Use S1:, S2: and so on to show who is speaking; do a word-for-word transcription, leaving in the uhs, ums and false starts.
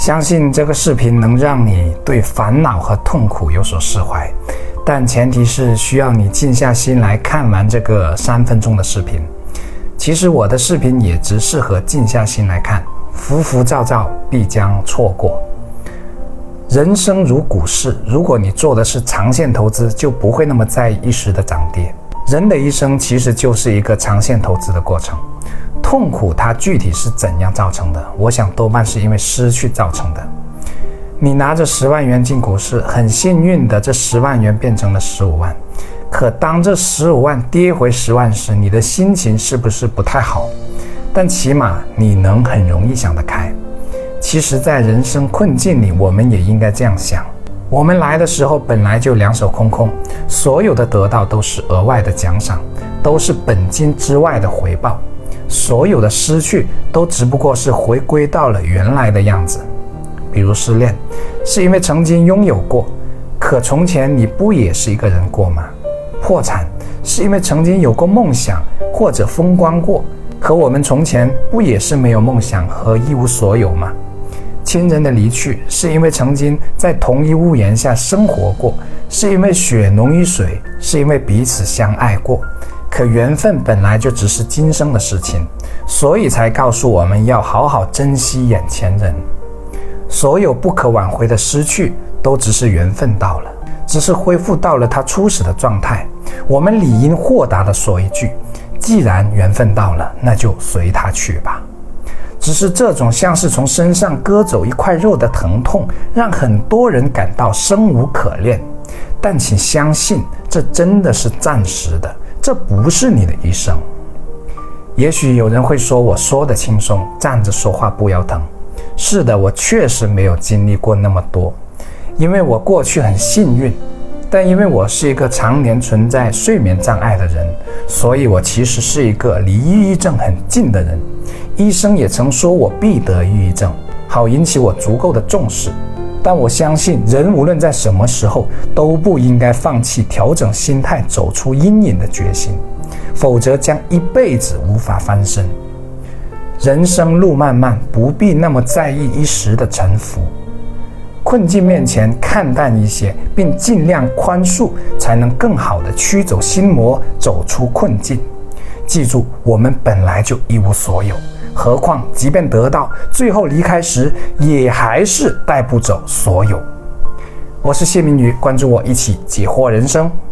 S1: 相信这个视频能让你对烦恼和痛苦有所释怀，但前提是需要你静下心来看完这个三分钟的视频。其实我的视频也只适合静下心来看，浮浮躁躁必将错过。人生如股市，如果你做的是长线投资，就不会那么在意一时的涨跌。人的一生其实就是一个长线投资的过程。痛苦它具体是怎样造成的？我想多半是因为失去造成的。你拿着十万元进股市，很幸运的这十万元变成了十五万。可当这十五万跌回十万时，你的心情是不是不太好？但起码你能很容易想得开。其实在人生困境里，我们也应该这样想。我们来的时候本来就两手空空，所有的得到都是额外的奖赏，都是本金之外的回报。所有的失去都只不过是回归到了原来的样子。比如失恋，是因为曾经拥有过，可从前你不也是一个人过吗？破产，是因为曾经有过梦想或者风光过，可我们从前不也是没有梦想和一无所有吗？亲人的离去，是因为曾经在同一屋檐下生活过，是因为血浓于水，是因为彼此相爱过。可缘分本来就只是今生的事情，所以才告诉我们要好好珍惜眼前人。所有不可挽回的失去，都只是缘分到了，只是恢复到了它初始的状态。我们理应豁达地说一句，既然缘分到了，那就随它去吧。只是这种像是从身上割走一块肉的疼痛，让很多人感到生无可恋。但请相信，这真的是暂时的，这不是你的一生。也许有人会说，我说的轻松，站着说话不腰疼。是的，我确实没有经历过那么多，因为我过去很幸运，但因为我是一个常年存在睡眠障碍的人，所以我其实是一个离抑郁症很近的人。医生也曾说我必得抑郁症，好引起我足够的重视。但我相信，人无论在什么时候都不应该放弃调整心态、走出阴影的决心，否则将一辈子无法翻身。人生路漫漫，不必那么在意一时的沉浮。困境面前看淡一些，并尽量宽恕，才能更好地驱走心魔，走出困境。记住，我们本来就一无所有，何况即便得到，最后离开时也还是带不走所有。我是谢明宇，关注我，一起解惑人生。